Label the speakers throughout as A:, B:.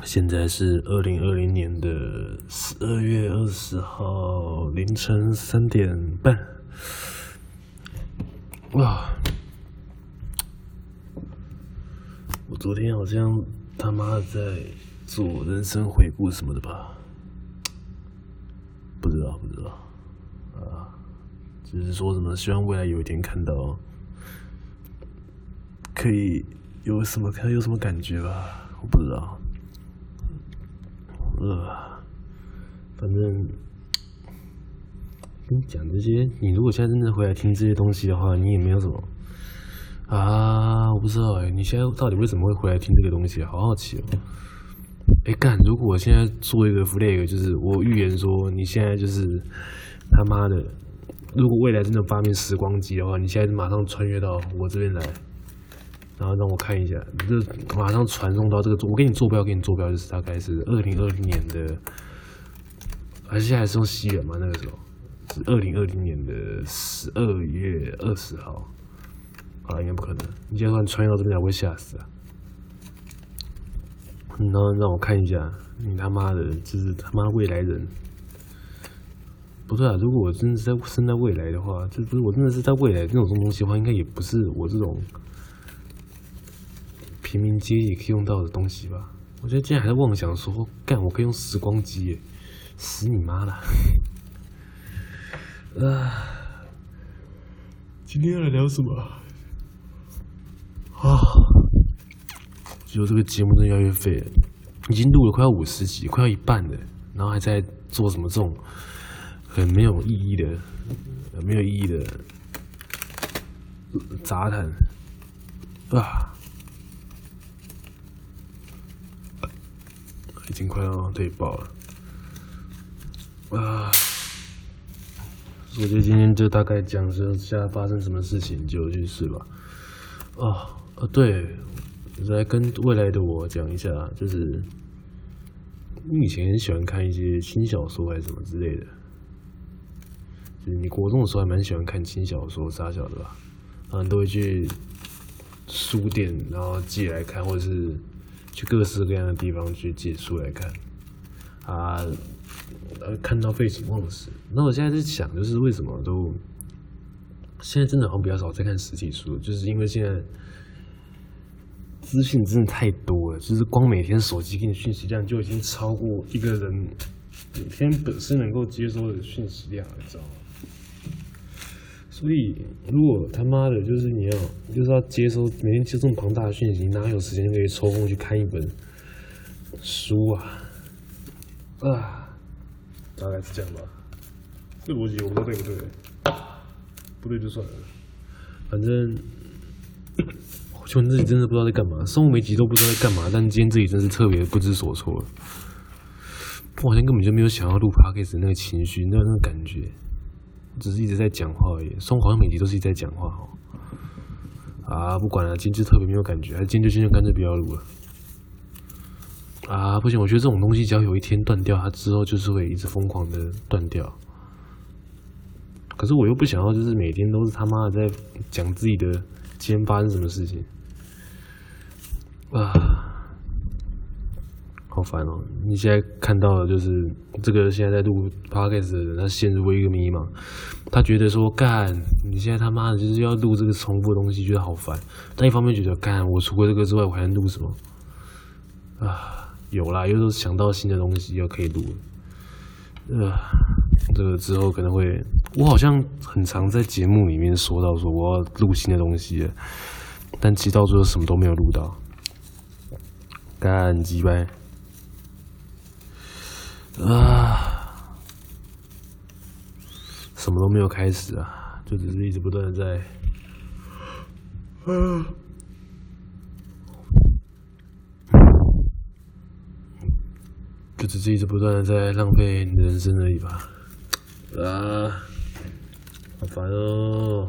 A: 现在是2020年的12月20号凌晨3点半。哇！我昨天好像他妈的在做人生回顾什么的吧？不知道啊，只是说什么希望未来有一天看到，可以有什么感觉吧？我不知道。反正跟你讲这些，你如果现在真的回来听这些东西的话，你也没有什么啊，我不知道你现在到底为什么会回来听这个东西，好好奇哦。干，如果我现在做一个 flag， 就是我预言说你现在就是他妈的，如果未来真的发明时光机的话，你现在马上穿越到我这边来，然后让我看一下，就马上传送到这个我给你坐标，就是大概是2020年的，而且还是用西元嘛，那个时候是2020年的12月20号，好了，应该不可能，你现在突然穿越到这边来，我会吓死啊！然后让我看一下，你他妈的，就是他妈未来人，不对啊！如果我真的是生在未来的话，就不是我真的是在未来这种东西的话，应该也不是我这种平民阶级可以用到的东西吧？我觉得竟然还在妄想说，干我可以用时光机耶，死你妈了！今天要来聊什么？就这个节目真的越来越废了，已经录了快要50集，快要一半了，然后还在做什么这种很没有意义的杂谈已经快要退爆了我觉得今天就大概讲说现在发生什么事情就去试吧。对，来跟未来的我讲一下，就是你以前很喜欢看一些轻小说还是什么之类的，就是你国中的时候还蛮喜欢看轻小说啥小的吧，然后都会去书店然后借来看，或者是去各式各样的地方去借书来看看到废寝忘食。那我现在在想，就是为什么现在真的好像比较少在看实体书，就是因为现在资讯真的太多了，就是光每天手机给你讯息量就已经超过一个人每天本身能够接收的讯息量了，你知道吗？所以如果他妈的就是你就是要每天接收这么庞大的讯息，哪有时间可以抽空去看一本书啊？大概是这样吧。这逻辑我不知道对不对，不对就算了，反正我自己真的不知道在干嘛，生活每集都不知道在干嘛，但今天自己真是特别不知所措了。我好像根本就没有想要录 podcast 的那个情绪，那个感觉，我只是一直在讲话而已。生活好像每集都是一直在讲话不管了，今天就特别没有感觉，今天就干脆不要录了。不行，我觉得这种东西只要有一天断掉，它之后就是会一直疯狂的断掉。可是我又不想要，就是每天都是他妈的在讲自己的今天发生什么事情好烦哦！你现在看到的就是这个现在在录 podcast 的人，他陷入了一个迷茫，他觉得说你现在他妈的就是要录这个重复的东西，觉得好烦。但一方面觉得我除了这个之外，我还能录什么有啦，有时候想到新的东西要可以录这个之后可能会，我好像很常在节目里面说到说我要录新的东西了，但其实到最后什么都没有录到，鸡掰什么都没有开始就只是一直不断的在就只是一直不断的在浪费人生而已吧好烦哦。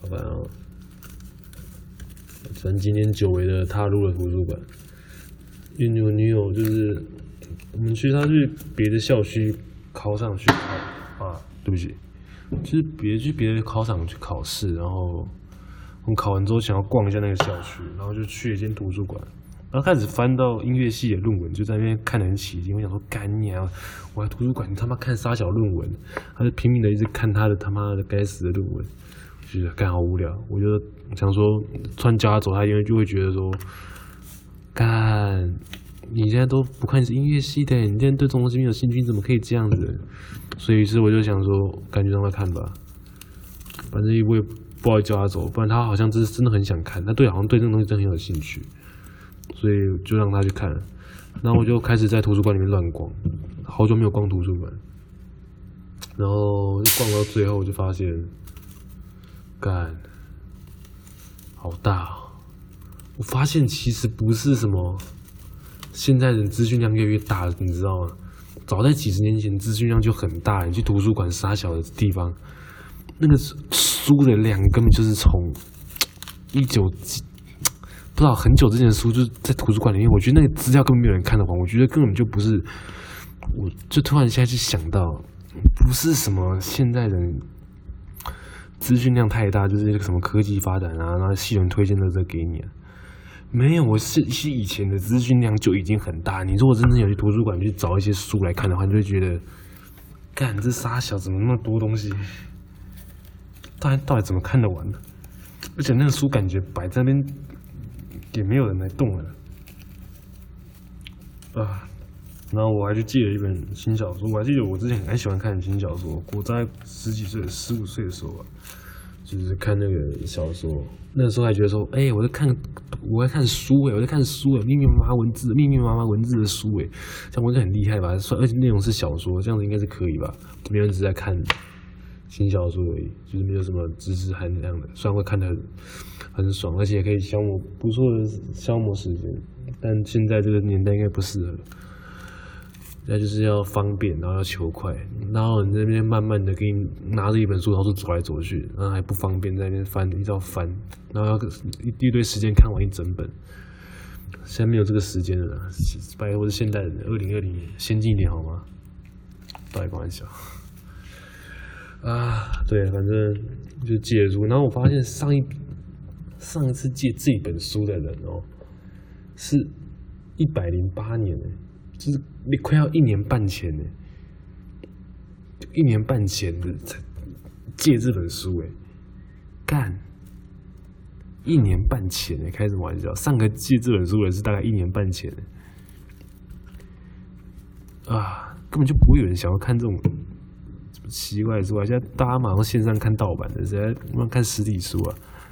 A: 反正今天久违的踏入了图书馆，因为我女友就是我们她去别的校区考场去考对不起，就是别的考场去考试，然后我们考完之后想要逛一下那个校区，然后就去一间图书馆， 然后开始翻到音乐系的论文，就在那边看得很起劲。我想说，干你啊！我在图书馆，你他妈看沙小论文，他就拼命的一直看他的他妈的该死的论文，我觉得干好无聊。我就想说，突然叫他走，他因为就会觉得说，干，你现在都不看是音乐系的，你现在对这种东西没有兴趣，你怎么可以这样子？所以于是我就想说，感觉让他看吧，反正我也不好意思叫他走，不然他好像真的很想看，他好像对这个东西真的很有兴趣。所以就让他去看，然后我就开始在图书馆里面乱逛，好久没有逛图书馆，然后逛到最后我就发现，干，好大哦！我发现其实不是什么，现在人资讯量越来越大，你知道吗？早在几十年前资讯量就很大，你去图书馆杀小的地方，那个书的量根本就是从不知道很久之前的书，就是在图书馆里面，我觉得那个资料根本没有人看得完，我觉得根本就不是，我就突然现在就想到，不是什么现在人资讯量太大，就是什么科技发展啊，然后系统推荐的这给你啊，没有，我是以前的资讯量就已经很大。你如果真正有去图书馆去找一些书来看的话，你就会觉得，干这傻小怎么那么多东西，到底怎么看得完呢？而且那个书感觉摆在那边。也没有人来动了啊！然后我还去借了一本新小说，我还记得我之前很喜欢看新小说，我在十几岁、15岁的时候啊，就是看那个小说。那时候还觉得说，我在看书我在看书密密麻麻文字的书这样我就很厉害吧？而且内容是小说，这样子应该是可以吧？没有人只在看新小说而已，就是没有什么知识含量的，虽然会看得很爽，而且也可以不错的消磨时间，但现在这个年代应该不适合。那就是要方便，然后要求快，然后你在那边慢慢的给你拿着一本书，到处走来走去，然后还不方便在那边翻，一直要翻，然后要一堆时间看完一整本。现在没有这个时间了，拜托是现代人，2020年先进一点好吗？到底开玩笑。对，反正就借书，然后我发现上一次借这本书的人是108年就是你快要1年半前1年半前的才借这本书干，1年半前开什么玩笑？上个借这本书的人是大概1年半前根本就不会有人想要看这种奇怪的书现在大家马上线上看盗版的，谁在看实体书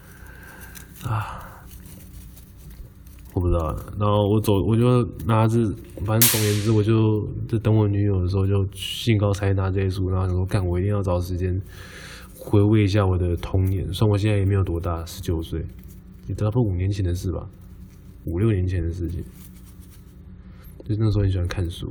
A: 我不知道。然后我就拿着，反正总而言之，我就等我女友的时候，就兴高采烈拿这些书，然后想说，干，我一定要找时间回味一下我的童年。虽然我现在也没有多大，19岁，也差不多5年前的事吧，5、6年前的事情。就是那时候很喜欢看书，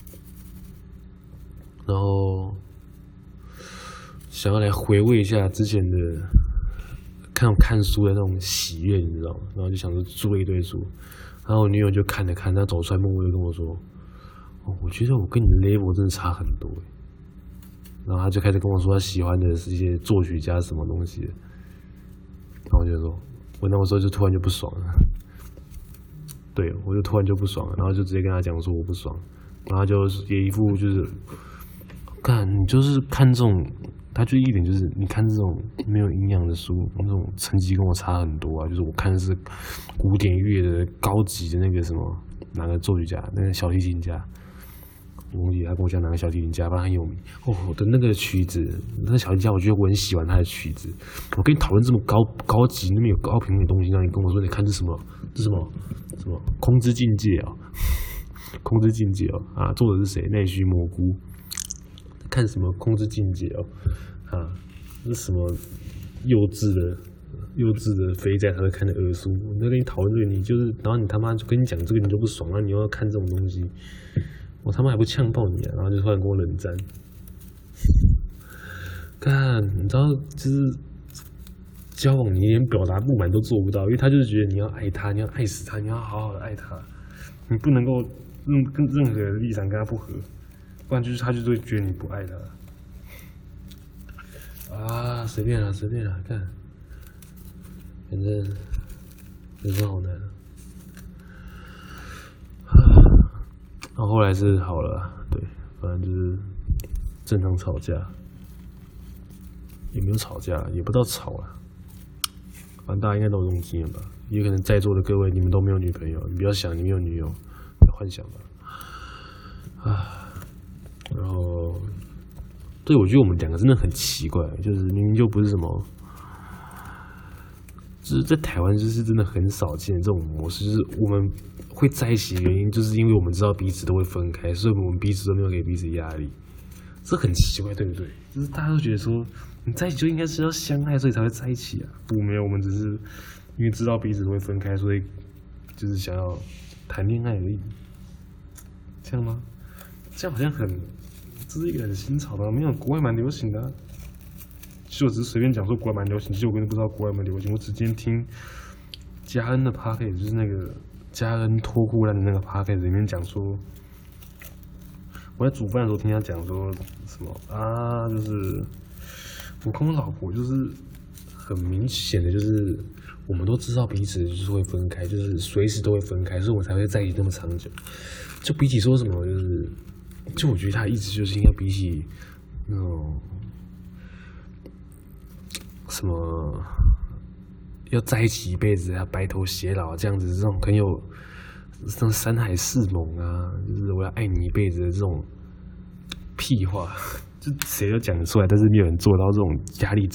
A: 然后想要来回味一下之前的看书的那种喜悦，你知道吗？然后就想着租了一堆书，然后我女友就看了看，她走出来默默就跟我说：“我觉得我跟你的 level 真的差很多。”然后她就开始跟我说她喜欢的是一些作曲家什么东西，然后我就说，我那时候就突然就不爽了，对，我就突然就不爽了，然后就直接跟她讲说我不爽，然后就也一副就是，干你就是看这种。他就一点就是，你看这种没有营养的书，那种成绩跟我差很多就是我看的是古典乐的高级的那个什么哪个作曲家，那个小提琴家，我忘记他跟我讲哪个小提琴家，反正很有名我的那个曲子，那个小提琴家，我觉得我很喜欢他的曲子。我跟你讨论这么高级、那么有高品位的东西，让你跟我说你看这什么空之境界空之境界作者是谁？内须蘑菇。看什么空之境界这是什么幼稚的肥仔才会看的恶书？我在跟你讨论这个，你就是，然后你他妈就跟你讲这个，你就不爽，然后你又要看这种东西，我他妈还不呛爆你然后就突然跟我冷战。干，你知道，就是交往你连表达不满都做不到，因为他就是觉得你要爱他，你要爱死他，你要好好的爱他，你不能够跟任何立场跟他不合。不然就是他就会觉得你不爱他随便啦，看，反正人生好难后来是好了啦，对，反正就是正常吵架，也没有吵架，也不知道吵啊。反正大家应该都有这种经验吧？也可能在座的各位你们都没有女朋友，你不要想你没有女友，幻想吧。然后，对，我觉得我们两个真的很奇怪，就是明明就不是什么。就是在台湾，就是真的很少见这种模式。就是我们会在一起的原因，就是因为我们知道彼此都会分开，所以我们彼此都没有给彼此压力。这很奇怪，对不对？就是大家都觉得说，你在一起就应该是要相爱，所以才会在一起啊。不，没有，我们只是因为知道彼此都会分开，所以就是想要谈恋爱而已。这样吗？这样好像很，这是一个很新潮的，没有，国外蛮流行的啊。其实我只是随便讲说国外蛮流行，其实我根本不知道国外蛮流行。我只今天听嘉恩的 podcast， 就是那个嘉恩脱裤烂的那个 podcast 里面讲说，我在煮饭的时候听他讲说什么啊，就是我跟我老婆就是很明显的，就是我们都知道彼此就是会分开，就是随时都会分开，所以我们才会在一起那么长久。就比起说什么，就我觉得他的意思就是应该比起那种。什么要在一起一辈子，要白头偕老这样子，这种很有这种山海誓盟啊，就是我要爱你一辈子的这种屁话，就谁都讲得出来，但是没有人做到这种压力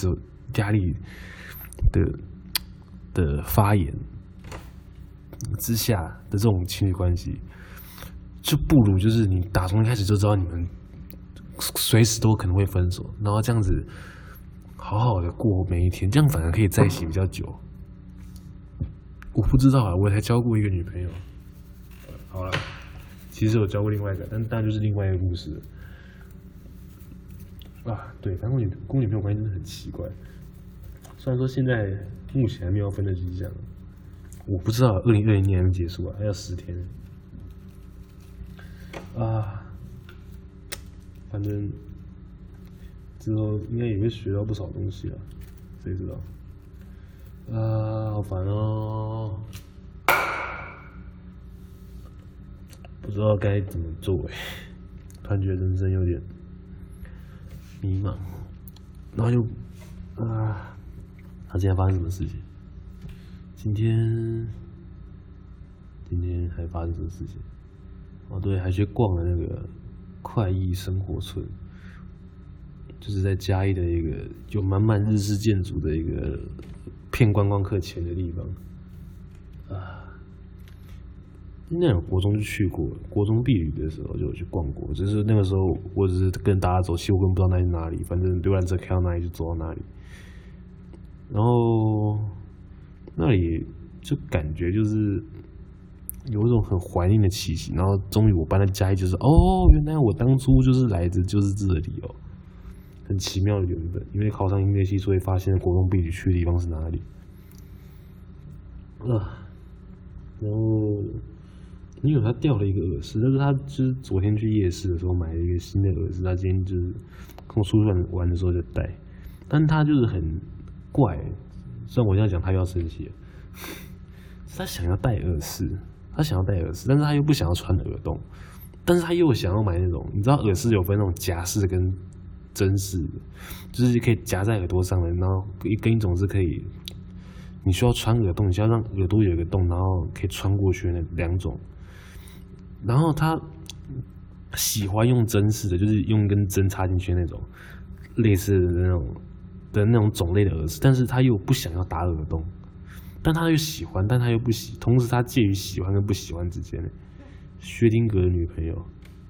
A: 的发言之下的这种情侣关系，就不如就是你打从一开始就知道你们随时都可能会分手，然后这样子。好好的过每一天，这样反而可以在一起比较久。我不知道啊，我才交过一个女朋友。好了，其实我交过另外一个，但当然就是另外一个故事啊。对，反正跟我女朋友关系真的很奇怪。虽然说现在目前还没有分的迹象，我不知道2020年还没结束啊，还要10天啊。反正。之后应该也会学到不少东西了，谁知道？好烦哦，不知道该怎么做突然觉得人生有点迷茫。然后就他今天发生什么事情？今天还发生什么事情？哦，对，还去逛了那个快意生活村。就是在嘉义的一个有满满日式建筑的一个骗观光客钱的地方那种国中就去过，国中毕旅的时候就有去逛过，只是那个时候我只是跟大家走，其实我根本不知道那是哪里，反正浏览车开到哪里就走到哪里。然后那里就感觉就是有一种很怀念的气息，然后终于我搬到嘉义，就是原来我当初就是来自就是这里很奇妙的缘分，因为考上音乐系，所以发现国中必须去的地方是哪里然后女友她掉了一个耳饰，但是她就是昨天去夜市的时候买了一个新的耳饰，她今天就是跟我出去玩的时候就戴，但她就是很怪，虽然我现在讲她又要生气了，她想要戴耳饰，但是她又不想要穿耳洞，但是她又想要买那种，你知道耳饰有分那种夹式跟针式的，就是可以夹在耳朵上的，然后跟一种是可以，你需要穿耳洞，你需要让耳朵有一个洞，然后可以穿过去的两种。然后他喜欢用针式的，就是用一根针插进去那种，类似的那种种类的耳饰，但是他又不想要打耳洞，但他又喜欢，但他又不喜，同时他介于喜欢跟不喜欢之间。薛丁格的女朋友。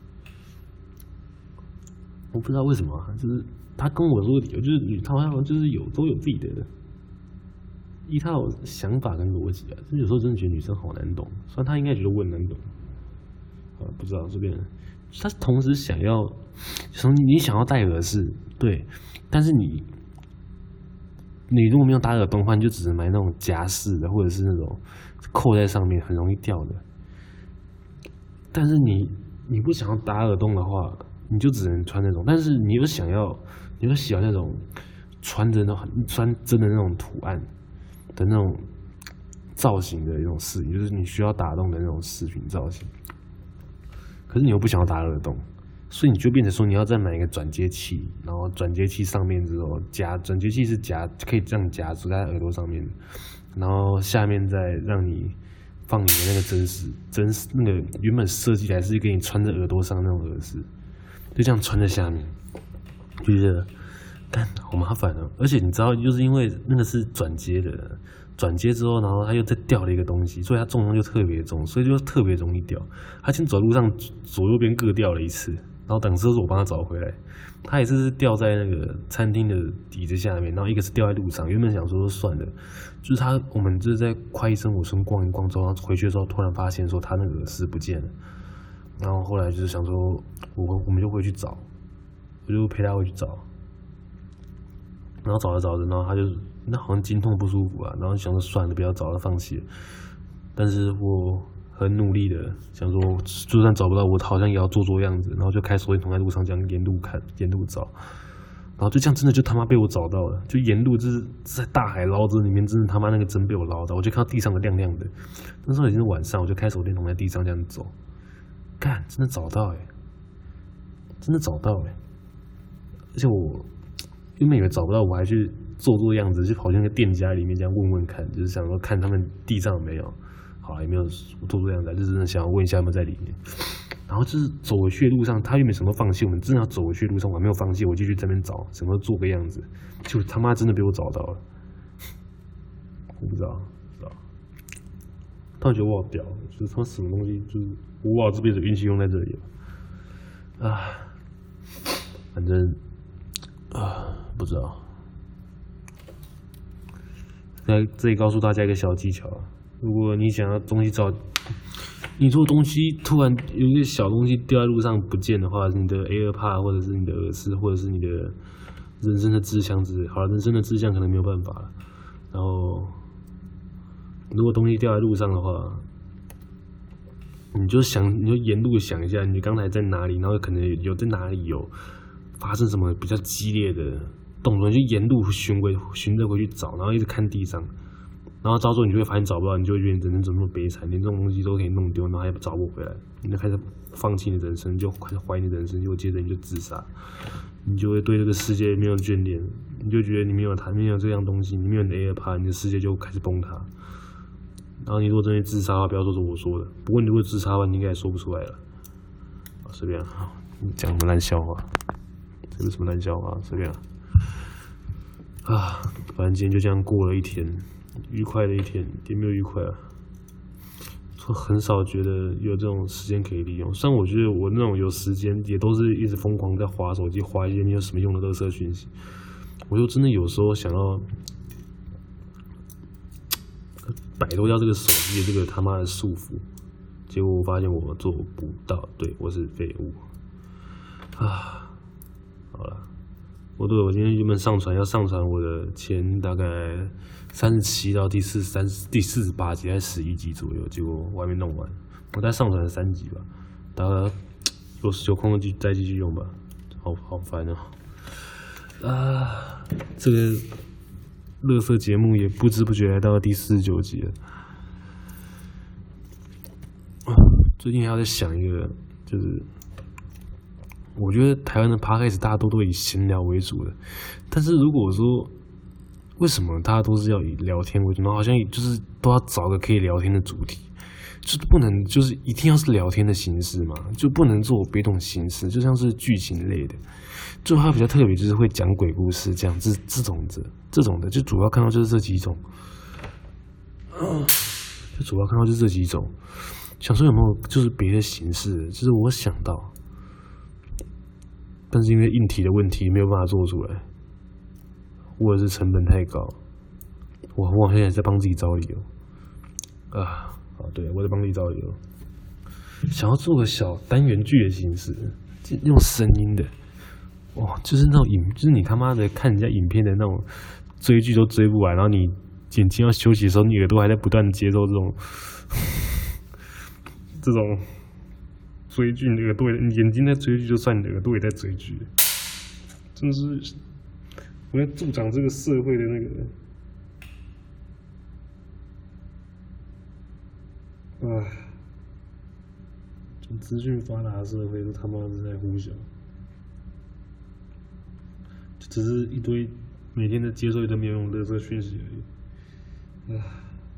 A: 我不知道为什么，就是他跟我说的理由，就是他好像就是都有自己的一套想法跟逻辑啊。就是有时候真的觉得女生好难懂，虽然他应该觉得我很难懂，不知道这边他同时想要，你想要戴耳饰，对，但是你如果没有打耳洞的话，你就只能买那种夹式的，或者是那种扣在上面很容易掉的。但是你不想要打耳洞的话，你就只能穿那种，但是你又喜欢那种穿真的那种图案的那种造型的一种饰品，就是你需要打洞的那种饰品造型。 可是你又不想要打耳洞，所以你就变成说你要再买一个转接器，然后转接器上面之后转接器是可以这样夹住在耳朵上面，然后下面再让你放你的那个真实那个原本设计还是给你穿在耳朵上那种耳饰，就这样穿在下面，就觉得干好麻烦哦。而且你知道，就是因为那个是转接的，转接之后，然后它又再掉了一个东西，所以它重量就特别重，所以就特别容易掉。他今天走路上左右边各掉了一次，然后等车子我帮他找回来。他也是掉在那个餐厅的底子下面，然后一个是掉在路上。原本想说算了，就是我们就是在快意生活村逛一逛之后，回去的时候突然发现说他那个耳饰不见了，然后后来就是想说我们就回去找，我就陪他回去找，然后找着找着，然后他就那好像经痛不舒服啊，然后想说算了，不要找了，放弃了。但是我很努力的想说，就算找不到，我好像也要做样子，然后就开手电筒在路上这样沿路看，沿路找，然后就这样真的就他妈被我找到了，就沿路就是在大海捞针里面，真的他妈那个针被我捞到，我就看到地上的亮亮的，那时候已经是晚上，我就开手电筒在地上这样走，干，真的找到真的找到而且我原本以为找不到，我还去做样子，就跑进那个店家里面这样问问看，就是想说看他们地上有没有。好，也没有做样子，就真的想要问一下有没有在里面。然后就是走回去的路上，他又没什么放弃，我们真的要走回去的路上，我还没有放弃，我继续在那边找，什么做个样子，就他妈真的被我找到了。我不知道，他们觉得我好屌，就是他妈什么东西，就是我把这辈子运气用在这里了啊，反正不知道。在这里告诉大家一个小技巧啊。如果你想要东西你如果东西突然有一个小东西掉在路上不见的话，你的 AirPod 或者是你的耳饰，或者是你的人生的志向之类。好了，人生的志向可能没有办法了。然后，如果东西掉在路上的话，你就沿路想一下，你刚才在哪里，然后可能有在哪里有发生什么比较激烈的动作，你就沿路寻着回去找，然后一直看地上。然后到时候你就会发现找不到，你就会觉得你人生怎么那么悲惨，连这种东西都可以弄丢，然后还找不回来，你就开始放弃你的人生，就开始怀疑你的人生，结果接着你就自杀，你就会对这个世界没有眷恋，你就觉得你没有这样东西，你没有你的 AirPod，你的世界就开始崩塌。然后你如果真的自杀的话，不要说是我说的，不过你如果自杀的话，你应该也说不出来了。随便你讲什么烂笑话？这是什么烂笑话？随便反正今天就这样过了一天。愉快的一天也没有愉快啊，很少觉得有这种时间可以利用。虽然我觉得我那种有时间也都是一直疯狂在滑手机，滑一些没有什么用的垃圾讯息。我就真的有时候想要摆脱掉这个手机的这个他妈的束缚，结果我发现我做不到，对，我是废物好了。我今天原本要上传我的前大概37到第48集还是11集左右，结果我还没弄完，我再上传了3集吧，大概有空再继续用吧，好烦这个垃圾节目也不知不觉来到了第49集了。最近还要在想一个，就是我觉得台湾的 Podcast 大家都以闲聊为主的，但是如果说为什么大家都是要以聊天为主，然后好像就是都要找个可以聊天的主题，就不能就是一定要是聊天的形式嘛，就不能做别种形式，就像是剧情类的，就它比较特别，就是会讲鬼故事这样这种的，就主要看到就是这几种，想说有没有就是别的形式，就是我想到。但是因为硬体的问题没有办法做出来，或者是成本太高，我现在在帮自己找理由对，我在帮自己找理由，想要做个小单元剧的形式，用声音的，就是那种就是你他妈的看人家影片的那种追剧都追不完，然后你眼睛要休息的时候，你耳朵还在不断接受这种。追剧，你眼睛在追剧，就算你的耳朵也在追剧，真是我在助长这个社会的那个， 资讯发达的社会都他妈是在呼啸，只是一堆每天在接受一堆没有用的垃圾讯息而已。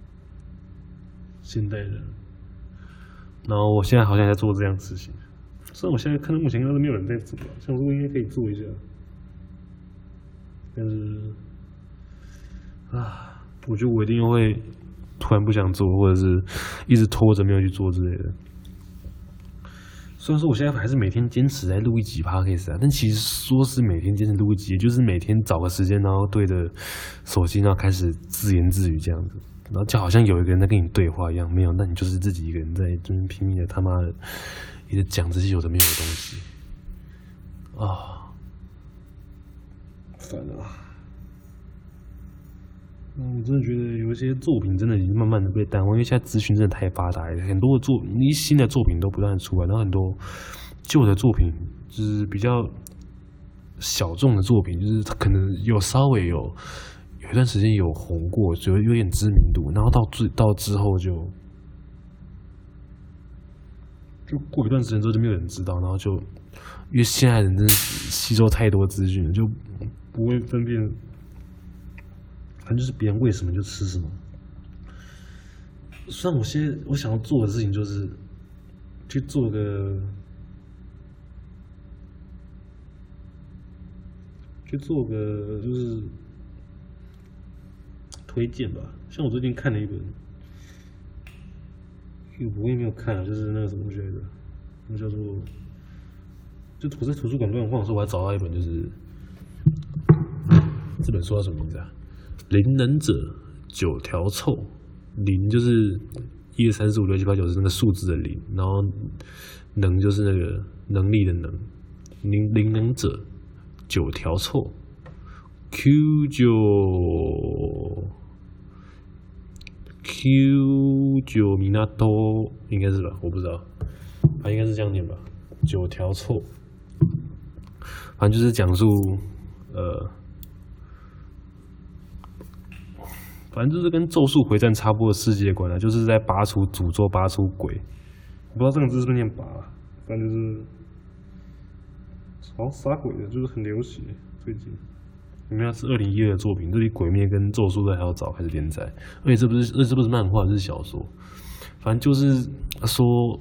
A: 现代人，然后我现在好像在做这样的事情，虽然我现在看到目前应该是没有人在做，想说应该可以做一下，但是我觉得我一定会突然不想做，或者是一直拖着没有去做之类的。虽然说我现在还是每天坚持在录一集 podcast 但其实说是每天坚持录一集，也就是每天找个时间，然后对着手机，然后开始自言自语这样子，然后就好像有一个人在跟你对话一样。没有，那你就是自己一个人在就是拼命的他妈的一直讲这些有的没有的东西烦啊！我真的觉得有一些作品真的已经慢慢的被淡忘，因为现在资讯真的太发达了，很多的新的作品都不断的出来，然后很多旧的作品就是比较小众的作品，就是它可能稍微有一段时间有红过，就有点知名度，然后到之后就过一段时间之后就没有人知道，然后就因为现在人真的吸收太多资讯了，就不会分辨。反正就是别人喂什么就吃什么。虽然我想要做的事情就是去做个就是推荐吧，像我最近看了一本，我也没有看啊，就是那个什么之类的，那叫做就我在图书馆乱晃的时候，我还找到一本，就是这本书叫什么名字啊？灵能者9条臭，灵就是1、2、3、4、5、6、7、8、9是那个数字的灵，然后能就是那个能力的能，灵能者9条臭 Q9 Minato 应该是吧，我不知道，应该是这样念吧，9条臭，反正就是讲述反正就是跟《咒术回战》差不多的世界观啊，就是在拔除诅咒、拔除鬼。我不知道这个字是不是念拔，反正就是好像杀鬼的，就是很流行最近。因为它是2012的作品，这里《鬼灭》跟《咒术》都还要早开始连载，而且这不是漫画，这是小说。反正就是说，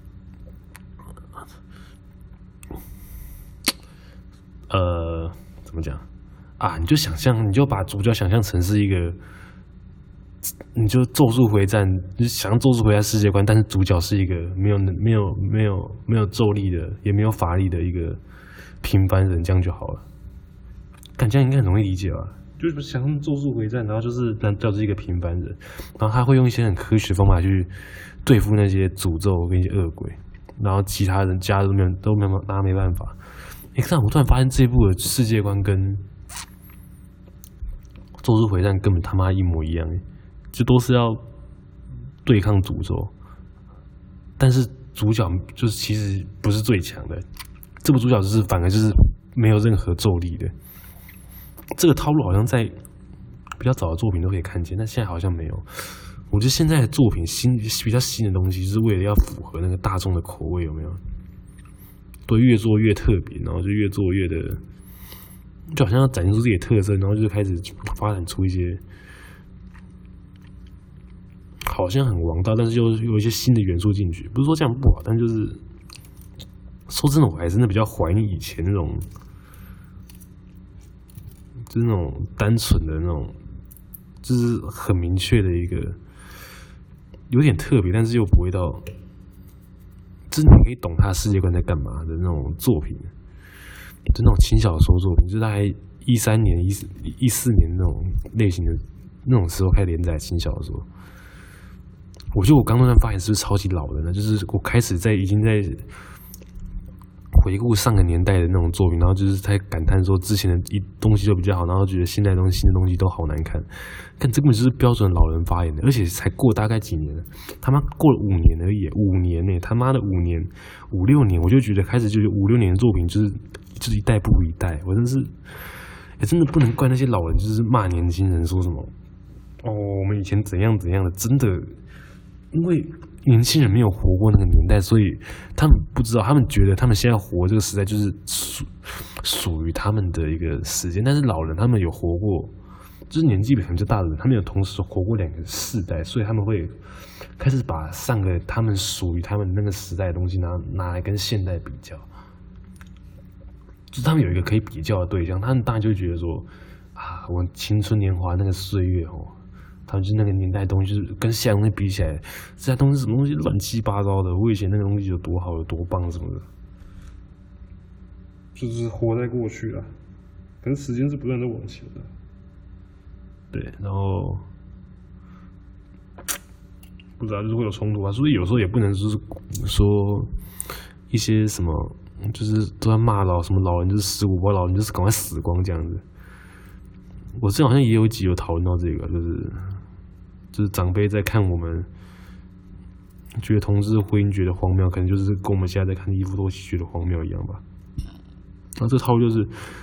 A: 怎么讲啊？你就把主角想象成是一个。你就咒术回战，你想咒术回战世界观，但是主角是一个没有咒力的，也没有法力的一个平凡人，这样就好了。感觉应该很容易理解吧？就是想咒术回战，然后就是男主角是一个平凡人，然后他会用一些很科学的方法去对付那些诅咒跟一些恶鬼，然后其他人家都没办法。但我突然发现这一部的世界观跟咒术回战根本他妈一模一样，就都是要对抗诅咒，但是主角就是其实不是最强的，这部主角反而就是没有任何咒力的。这个套路好像在比较早的作品都可以看见，但现在好像没有。我觉得现在的作品比较新的东西，就是为了要符合那个大众的口味，有没有？都越做越特别，然后就越做越的，就好像要展现出自己的特色，然后就开始发展出一些。好像很王道，但是又有一些新的元素进去。不是说这样不好，但就是说真的，我还真的比较怀念以前那种，就是那种单纯的那种，就是很明确的一个，有点特别，但是又不会到，就是你可以懂他的世界观在干嘛的那种作品，就那种轻小说作品，就是大概13年、14年那种类型的那种时候开始连载轻小说。我觉得我刚刚那发言是不是超级老的呢？就是我开始已经在回顾上个年代的那种作品，然后就是在感叹说之前的东西就比较好，然后觉得现在新的东西都好难看。看这根本就是标准老人发言的，而且才过大概几年了，他妈过了5年而已，5年呢，他妈的5年、5、6年，我就觉得开始就有5、6年的作品就是一代不如一代，我真是，真的不能怪那些老人，就是骂年轻人说什么我们以前怎样怎样的，真的。因为年轻人没有活过那个年代，所以他们不知道，他们觉得他们现在活这个时代就是属于他们的一个时间，但是老人他们有活过，就是年纪比较大的人，他们有同时活过2个世代，所以他们会开始把上个他们属于他们那个时代的东西拿来跟现代比较，就是他们有一个可以比较的对象，他们当然就会觉得说啊，我青春年华那个岁月他们就是那个年代的东西，就是跟现在东西比起来，这些东西什么东西乱七八糟的，我以前那个东西有多好，有多棒什么的，就是活在过去啊。可是时间是不断的往前的，对，然后不知道就是会有冲突啊，所以有时候也不能就是说一些什么，就是都在骂什么老人就是15包，老人就是赶快死光这样子。我之前好像也有一集有讨论到这个，就是长辈在看我们觉得同志婚姻觉得荒谬，可能就是跟我们现在在看一夫多妻觉得荒谬一样吧。然后这套路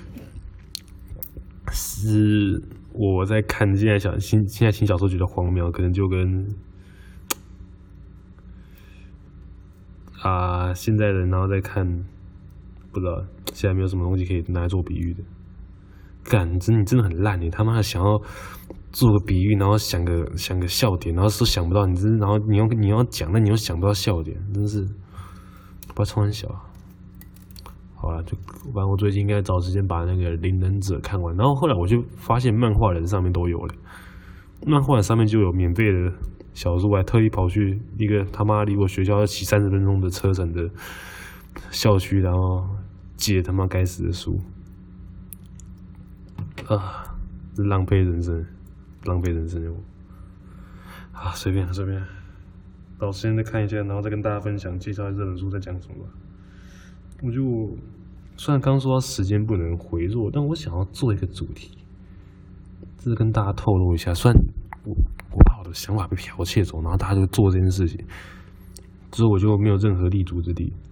A: 是我在看现在新小说觉得荒谬，可能就跟现在的人然后再看，不知道现在没有什么东西可以拿来做比喻的。干，你真的很烂，你他妈想要做个比喻，然后想个笑点，然后都想不到，然后你要讲，但你又想不到笑点，真是不要冲很小。好啊，反正我最近应该找时间把那个《灵能者》看完，然后后来我就发现漫画人上面都有了，漫画人上面就有免费的小说，我还特意跑去一个他妈离我学校要骑30分钟的车程的校区，然后借他妈该死的书。浪费人生的我啊！随便，找时间再看一下，然后再跟大家分享介绍这本书在讲什么吧。虽然刚说到时间不能回溯，但我想要做一个主题，就是跟大家透露一下。虽然我怕我的想法被剽窃走，然后大家就做这件事情，之后我就没有任何立足之地。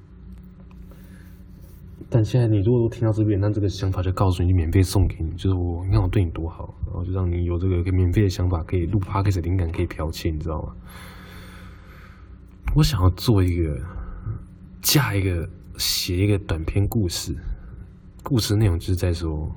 A: 但现在你如果听到这边，那这个想法就告诉你，免费送给你，就是你看我对你多好，然后就让你有这个免费的想法，可以录 podcast 灵感可以剽窃，你知道吗？我想要做写一个短篇故事，故事内容就是在说，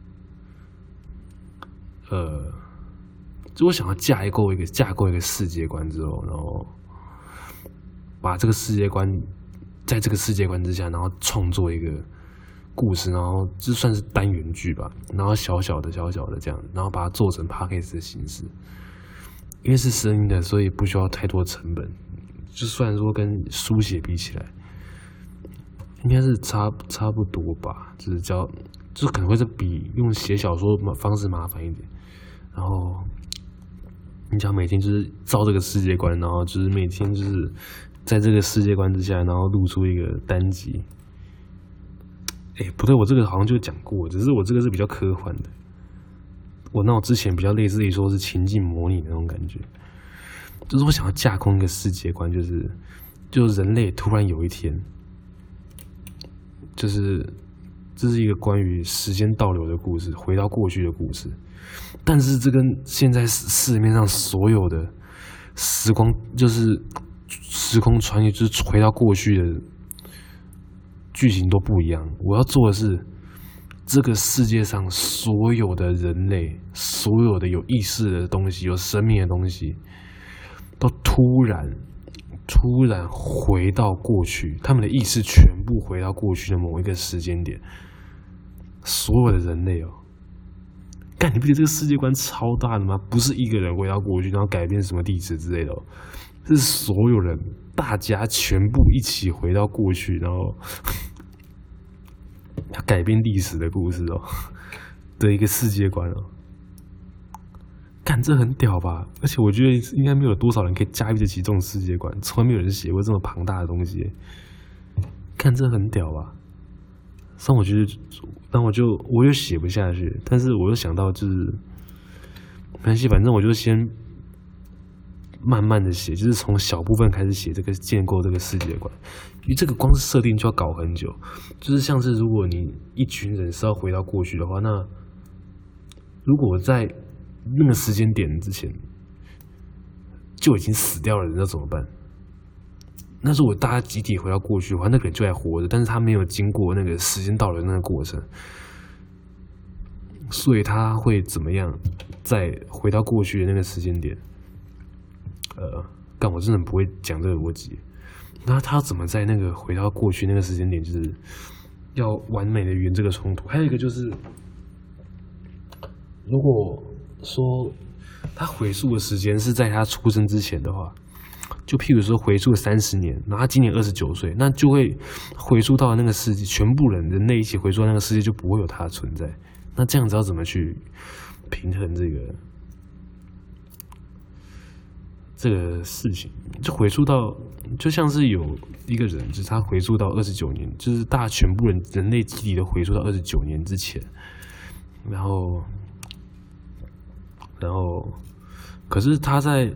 A: 就我想要架构一个世界观之后，然后把这个世界观。在这个世界观之下，然后创作一个故事，然后就算是单元剧吧，然后小小的这样，然后把它做成 podcast 的形式。因为是声音的，所以不需要太多成本。就虽然说跟书写比起来，应该是差不多吧，就是可能会是比用写小说方式麻烦一点。然后你想每天就是照这个世界观，然后就是每天就是在这个世界观之下，然后录出一个单集。不对，我这个好像就讲过，只是我这个是比较科幻的。我之前比较类似于说是情境模拟的那种感觉，就是我想要架空一个世界观，就是人类突然有一天，就是这是一个关于时间倒流的故事，回到过去的故事。但是这跟现在市面上所有的时空穿越，就是回到过去的剧情都不一样。我要做的是，这个世界上所有的人类，所有的有意识的东西，有生命的东西，都突然回到过去，他们的意识全部回到过去的某一个时间点。所有的人类干，你不觉得这个世界观超大的吗？不是一个人回到过去，然后改变什么历史之类的是所有人，大家全部一起回到过去，然后改变历史的故事的一个世界观干，这很屌吧？而且我觉得应该没有多少人可以驾驭得起这种世界观，从来没有人写过这么庞大的东西。看，这很屌吧？但我觉得，我就写不下去，但是我又想到就是没关系，反正我就先慢慢的写，就是从小部分开始写建构这个世界观。因为这个光是设定就要搞很久，就是像是如果你一群人是要回到过去的话，那如果在那个时间点之前就已经死掉了人，那怎么办？ 那如果大家集体回到过去的话，那个人就还活着，但是他没有经过那个时间到的那个过程，所以他会怎么样？再回到过去的那个时间点，但我真的不会讲这个逻辑。那他怎么在那个回到过去那个时间点，就是要完美的圆这个冲突？还有一个就是，如果说他回溯的时间是在他出生之前的话，就譬如说回溯30年，然后他今年29岁，那就会回溯到那个世界，全部人类一起回溯到那个世界，就不会有他的存在。那这样子要怎么去平衡这个事情？就回溯到，就像是有一个人，就是他回溯到29年，就是大家全部人类集体都回溯到29年之前，然后，可是他在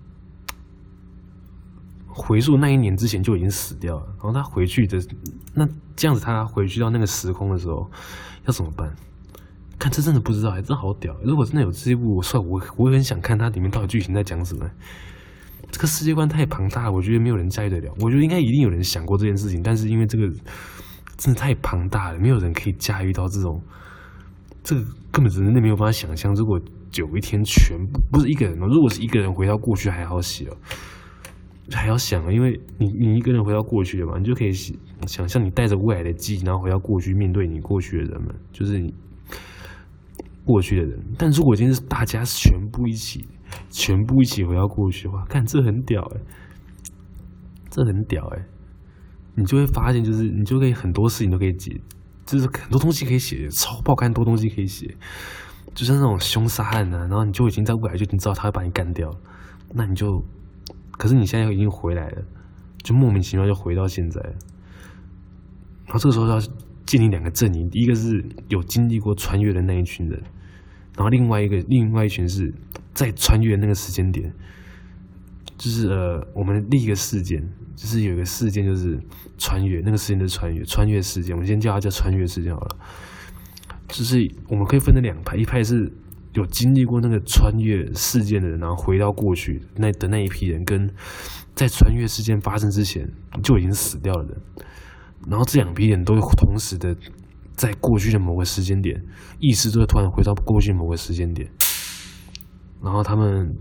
A: 回溯那一年之前就已经死掉了，然后他回去的，那这样子他回去到那个时空的时候要怎么办？看这真的不知道，真好屌！如果真的有这一部，我很想看它里面到底剧情在讲什么。这个世界观太庞大了，我觉得没有人驾驭得了。我觉得应该一定有人想过这件事情，但是因为这个真的太庞大了，没有人可以驾驭到这个根本人类没有办法想象。如果有一天全部不是一个人哦，如果是一个人回到过去还好写哦，还要想，因为你一个人回到过去了嘛，你就可以想象你带着未来的记忆，然后回到过去面对你过去的人们，就是你过去的人。但如果今天是大家全部一起回到过去的话，看这很屌这很屌你就会发现，就是你就可以很多事情都可以解，就是很多东西可以写，超爆肝多东西可以写，就是那种凶杀案啊，然后你就已经在未来就已经知道他会把你干掉，那你就，可是你现在已经回来了，就莫名其妙就回到现在了，然后这个时候要建立2个阵营，第一个是有经历过穿越的那一群人，然后另外一群是在穿越的那个时间点，就是我们立一个事件，就是有一个事件就是穿越，那个事件就是穿越事件，我们先叫它叫穿越事件好了。就是我们可以分成2派，一派是有经历过那个穿越事件的人，然后回到过去的那一批人，跟在穿越事件发生之前就已经死掉的人，然后这2批人都同时的在过去的某个时间点，意识都会突然回到过去某个时间点，然后他们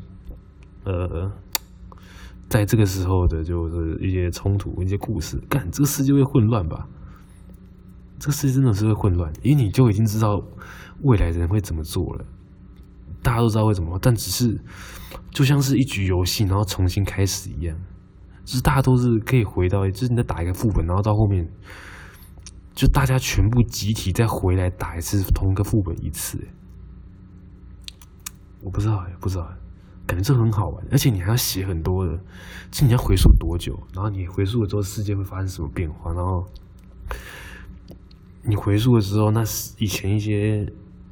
A: 在这个时候的就是一些冲突、一些故事，干这个世界会混乱吧？这个世界真的是会混乱，因为你就已经知道未来的人会怎么做了，大家都知道会怎么，但只是就像是一局游戏，然后重新开始一样，就是大家都是可以回到，就是你在打一个副本，然后到后面就大家全部集体再回来打一次同一个副本一次，我不知道感觉这很好玩，而且你还要写很多的，就你要回溯多久，然后你回溯了之后世界会发生什么变化，然后你回溯的时候，那以前一些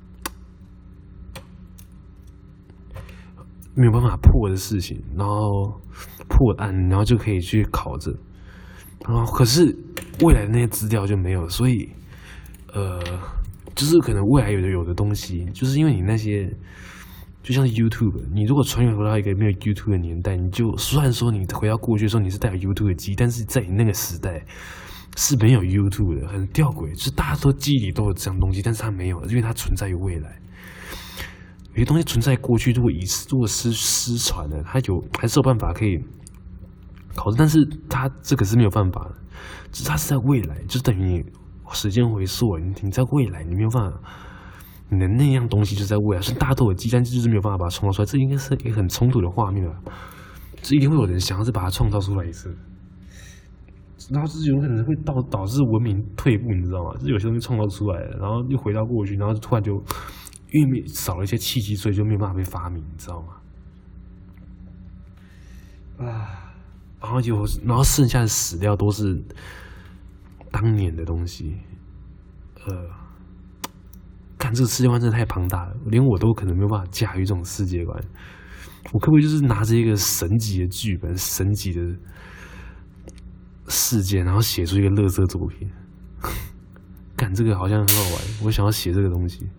A: 没有办法破的事情，然后破案，然后就可以去考证，然后可是未来的那些资料就没有，所以就是可能未来有的东西，就是因为你那些就像是 YouTube， 你如果穿越回到一个没有 YouTube 的年代，你就虽然说你回到过去的时候你是带有 YouTube 的记忆，但是在你那个时代是没有 YouTube 的，很吊诡，就是大家都记忆里都有这样东西，但是它没有，因为它存在于未来。有些东西存在过去，如果失传了，它还是有办法可以考证，但是它这个是没有办法的，就是它是在未来，就等于你时间回溯，你在未来，你没有办法，你的那样东西就在未来，所以大家都有记，但是就是没有办法把它创造出来，这应该是一个很冲突的画面吧？这一定会有人想要再把它创造出来一次，然后这有可能会导致文明退步，你知道吗？就是有些东西创造出来了，然后又回到过去，然后突然就因为少了一些契机，所以就没有办法被发明，你知道吗？然后剩下的史料都是当年的东西，看这个世界观真的太庞大了，连我都可能没有办法驾驭这种世界观。我可不可以就是拿着一个神级的剧本、神级的事件，然后写出一个垃圾作品？干这个好像很好玩，我想要写这个东西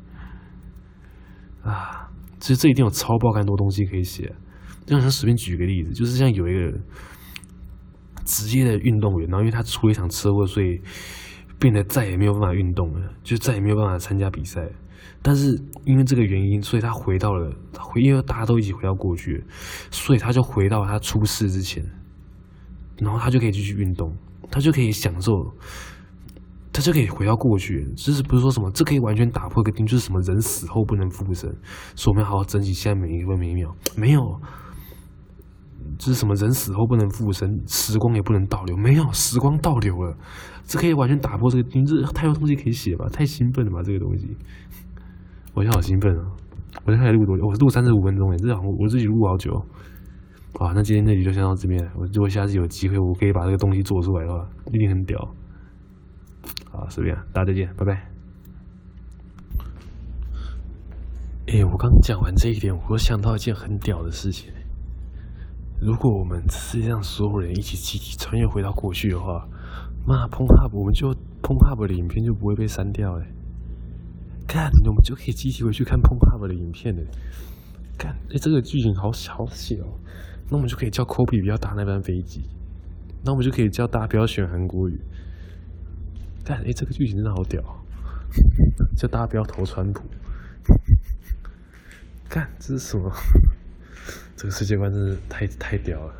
A: 啊！其实这一定有超爆肝多东西可以写。就像随便举个例子，就是像有一个职业的运动员，然后因为他出了一场车祸，所以变得再也没有办法运动了，就再也没有办法参加比赛。但是因为这个原因，所以他回到了因为大家都一起回到过去，所以他就回到他出事之前，然后他就可以继续运动，他就可以享受，他就可以回到过去。就是不是说什么这可以完全打破一个定，就是什么人死后不能复生，说我们要好好珍惜现在每一分每一秒，没有。就是什么人死后不能复生，时光也不能倒流，没有，时光倒流了，这可以完全打破这个定，这太多东西可以写吧，太兴奋了吧，这个东西，我现在好兴奋啊！我现在录多久？我录35分钟这我自己录好久。好，那今天这里就先到这边，如果下次有机会，我可以把这个东西做出来的话，一定很屌。好，随便，大家再见，拜拜。我刚讲完这一点，我想到一件很屌的事情。如果我们世界上所有人一起集体穿越回到过去的话，妈，Pornhub 我们就 Pornhub 的影片就不会被删掉嘞。看，我们就可以集体回去看 Pornhub 的影片嘞。看，这个剧情好写哦。那我们就可以叫 Kobe 不要搭那班飞机，那我们就可以叫大家不要选韩国语。看，这个剧情真的好屌，叫大家不要投川普。看，这是什么？这个世界观真是太屌了。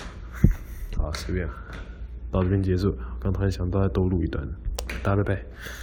A: 好，随便，到这边结束。刚突然想到再多录一段，大家拜拜。